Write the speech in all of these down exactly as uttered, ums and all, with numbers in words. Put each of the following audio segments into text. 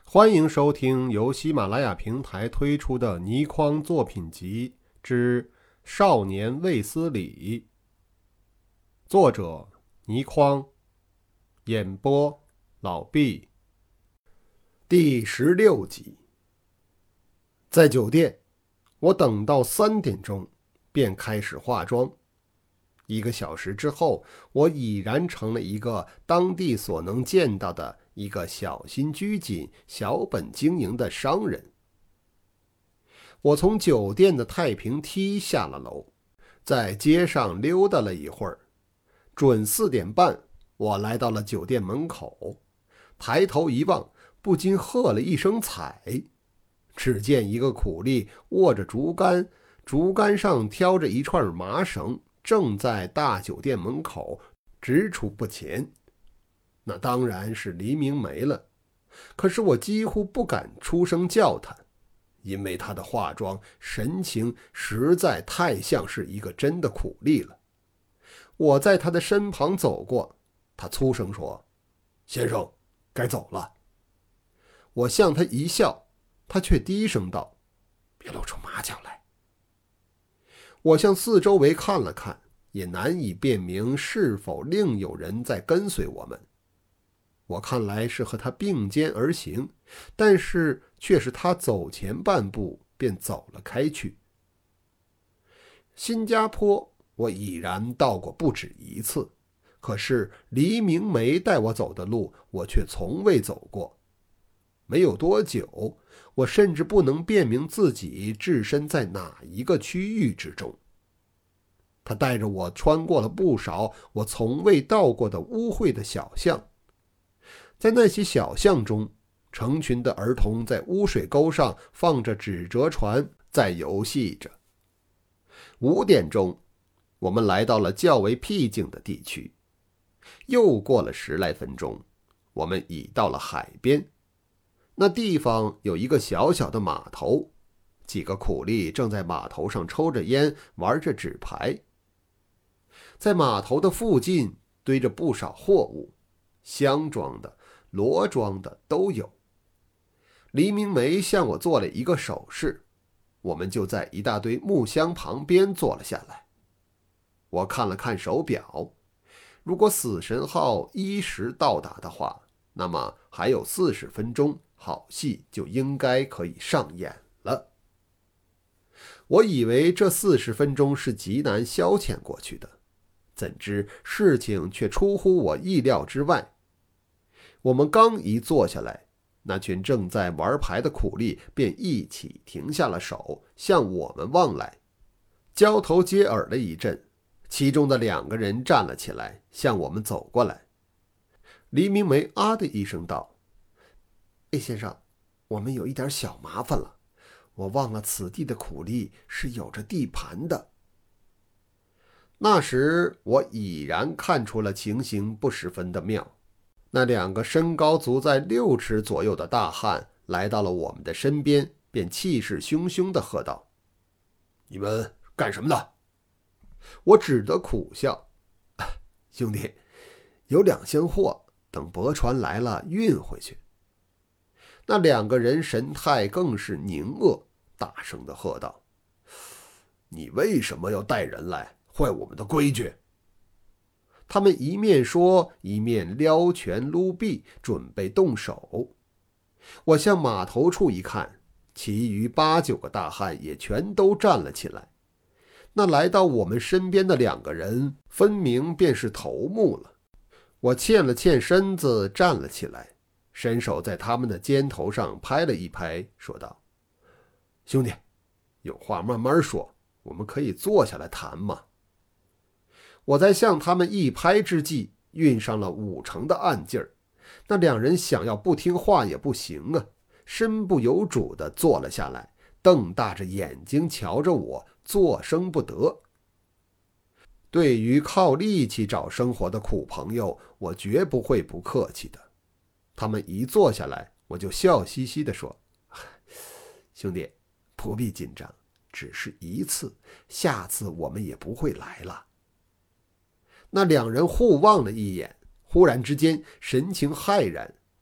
欢迎收听由喜马拉雅平台推出的倪匡作品集之《少年卫斯理》，作者倪匡，演播老毕。第十六集。在酒店，我等到三点钟便开始化妆。一个小时之后，我已然成了一个当地所能见到的一个小心拘谨、小本经营的商人。我从酒店的太平梯下了楼，在街上溜达了一会儿。准四点半，我来到了酒店门口，抬头一望，不禁喝了一声彩。只见一个苦力握着竹竿，竹竿上挑着一串麻绳，正在大酒店门口踟蹰不前。那当然是黎明梅了，可是我几乎不敢出声叫他，因为他的化妆神情实在太像是一个真的苦力了。我在他的身旁走过，他粗声说：“先生，该走了。”我向他一笑，他却低声道：“别露出马脚来。”我向四周围看了看，也难以辨明是否另有人在跟随我们。我看来是和他并肩而行，但是却是他走前半步便走了开去。新加坡我已然到过不止一次，可是黎明梅带我走的路我却从未走过。没有多久，我甚至不能辨明自己置身在哪一个区域之中。他带着我穿过了不少我从未到过的污秽的小巷，在那些小巷中，成群的儿童在污水沟上放着纸折船，在游戏着。五点钟，我们来到了较为僻静的地区。又过了十来分钟，我们已到了海边。那地方有一个小小的码头，几个苦力正在码头上抽着烟，玩着纸牌。在码头的附近堆着不少货物，箱装的、箩装的都有。黎明梅向我做了一个手势，我们就在一大堆木箱旁边坐了下来。我看了看手表，如果死神号一时到达的话，那么还有四十分钟，好戏就应该可以上演了。我以为这四十分钟是极难消遣过去的，怎知事情却出乎我意料之外。我们刚一坐下来，那群正在玩牌的苦力便一起停下了手，向我们望来，交头接耳了一阵。其中的两个人站了起来，向我们走过来。黎明梅啊的一声道：“哎，先生，我们有一点小麻烦了，我忘了此地的苦力是有着地盘的。”那时我已然看出了情形不十分的妙。那两个身高足在六尺左右的大汉来到了我们的身边，便气势汹汹地喝道：“你们干什么的？”我只得苦笑：“兄弟，有两箱货，等驳船来了运回去。”那两个人神态更是凝恶，大声地喝道：“你为什么要带人来，坏我们的规矩？”他们一面说，一面撩拳撸臂，准备动手。我向码头处一看，其余八九个大汉也全都站了起来。那来到我们身边的两个人，分明便是头目了。我欠了欠身子，站了起来，伸手在他们的肩头上拍了一拍，说道：“兄弟，有话慢慢说，我们可以坐下来谈嘛。”我在向他们一拍之际，运上了五成的暗劲儿。那两人想要不听话也不行啊，身不由主地坐了下来，瞪大着眼睛瞧着我，作声不得。对于靠力气找生活的苦朋友，我绝不会不客气的。他们一坐下来，我就笑嘻嘻地说：“兄弟，不必紧张，只是一次，下次我们也不会来了。”那两人互望了一眼，忽然之间神情骇然，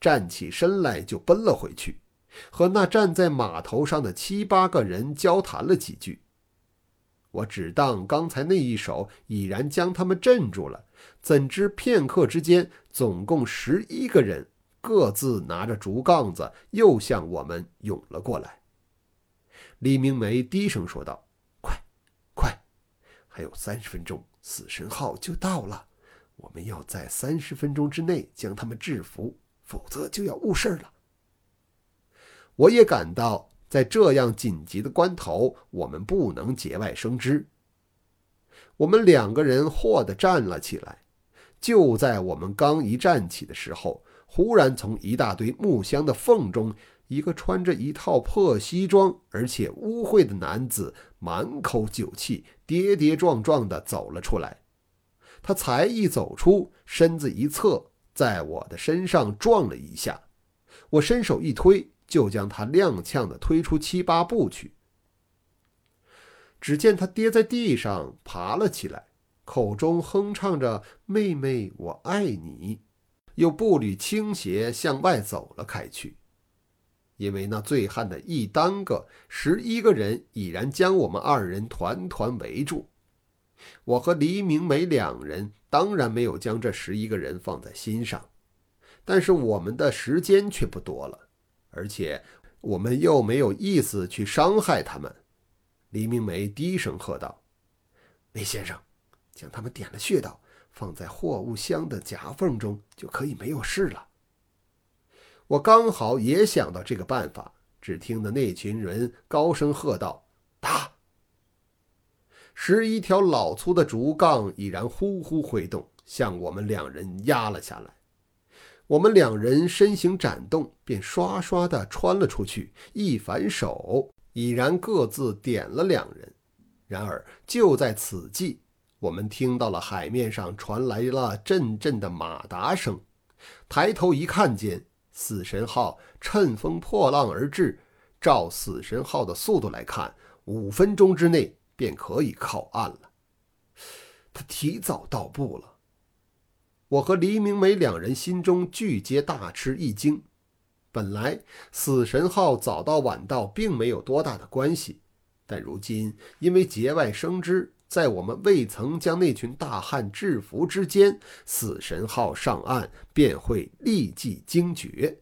站起身来就奔了回去，和那站在码头上的七八个人交谈了几句。我只当刚才那一手已然将他们镇住了，怎知片刻之间，总共十一个人各自拿着竹杠子又向我们涌了过来。李明梅低声说道：“快快，还有三十分钟，死神号就到了，我们要在三十分钟之内将他们制服，否则就要误事了。”我也感到在这样紧急的关头，我们不能节外生枝。我们两个人霍地站了起来，就在我们刚一站起的时候，忽然从一大堆木箱的缝中，一个穿着一套破西装而且污秽的男子满口酒气，跌跌撞撞地走了出来。他才一走出，身子一侧，在我的身上撞了一下，我伸手一推，就将他踉跄地推出七八步去。只见他跌在地上爬了起来，口中哼唱着“妹妹我爱你”，又步履倾斜向外走了开去。因为那醉汉的一耽搁，十一个人已然将我们二人团团围住。我和黎明梅两人当然没有将这十一个人放在心上，但是我们的时间却不多了，而且我们又没有意思去伤害他们。黎明梅低声喝道：“雷先生，将他们点了穴道，放在货物箱的夹缝中，就可以没有事了。”我刚好也想到这个办法，只听得那群人高声喝道：“打！”十一条老粗的竹杠已然呼呼挥动，向我们两人压了下来。我们两人身形展动，便刷刷地穿了出去，一反手已然各自点了两人。然而就在此际，我们听到了海面上传来了阵阵的马达声，抬头一看见死神号乘风破浪而至，照死神号的速度来看，五分钟之内便可以靠岸了。他提早到步了。我和黎明梅两人心中俱皆大吃一惊。本来死神号早到晚到并没有多大的关系，但如今因为节外生枝，在我们未曾将那群大汉制服之间，死神号上岸便会立即惊觉。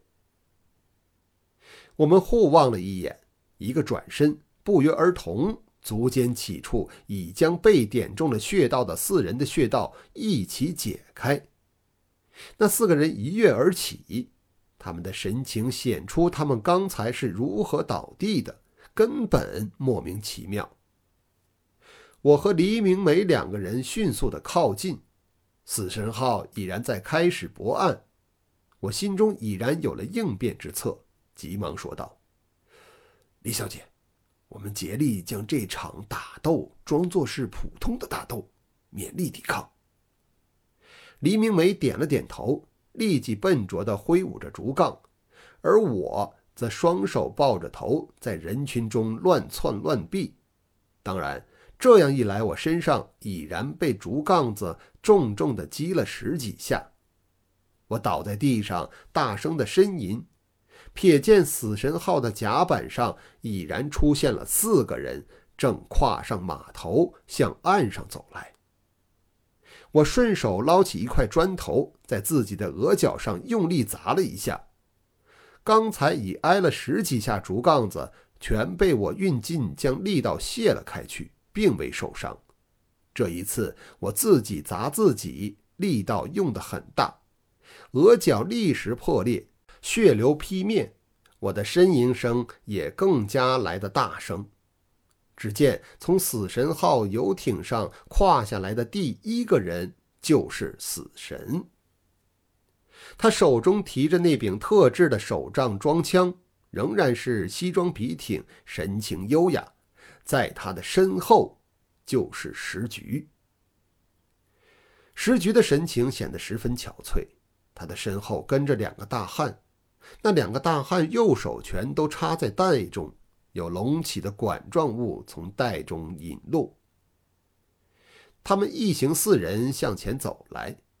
我们互望了一眼，一个转身，不约而同足尖起处已将被点中了穴道的四人的穴道一起解开。那四个人一跃而起，他们的神情显出他们刚才是如何倒地的，根本莫名其妙。我和黎明梅两个人迅速地靠近，死神号已然在开始泊岸。我心中已然有了应变之策，急忙说道：“李小姐，我们竭力将这场打斗装作是普通的打斗，勉力抵抗。”黎明梅点了点头，立即笨拙地挥舞着竹杠，而我则双手抱着头，在人群中乱窜乱避。当然，这样一来，我身上已然被竹杠子重重地击了十几下。我倒在地上，大声地呻吟。瞥见死神号的甲板上已然出现了四个人，正跨上码头向岸上走来。我顺手捞起一块砖头，在自己的额角上用力砸了一下。刚才已挨了十几下竹杠子，全被我运劲将力道泄了开去，并未受伤。这一次我自己砸自己，力道用得很大，额角立时破裂，血流披面，我的呻吟声也更加来得大声。只见从死神号游艇上跨下来的第一个人就是死神。他手中提着那柄特制的手杖装枪，仍然是西装笔挺，神情优雅。在他的身后就是石菊。石菊的神情显得十分憔悴，他的身后跟着两个大汉，那两个大汉右手全都插在袋中，有隆起的管状物从袋中引路。他们一行四人向前走来，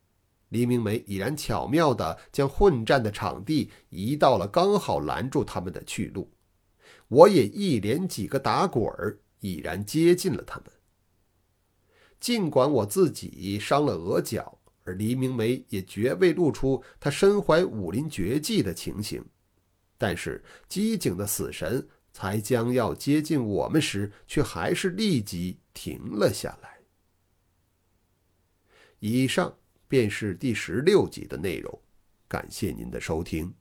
黎明梅已然巧妙地将混战的场地移到了刚好拦住他们的去路。我也一连几个打滚儿，已然接近了他们。尽管我自己伤了额角，而黎明梅也绝未露出他身怀武林绝技的情形，但是机警的死神才将要接近我们时，却还是立即停了下来。以上便是第十六集的内容，感谢您的收听。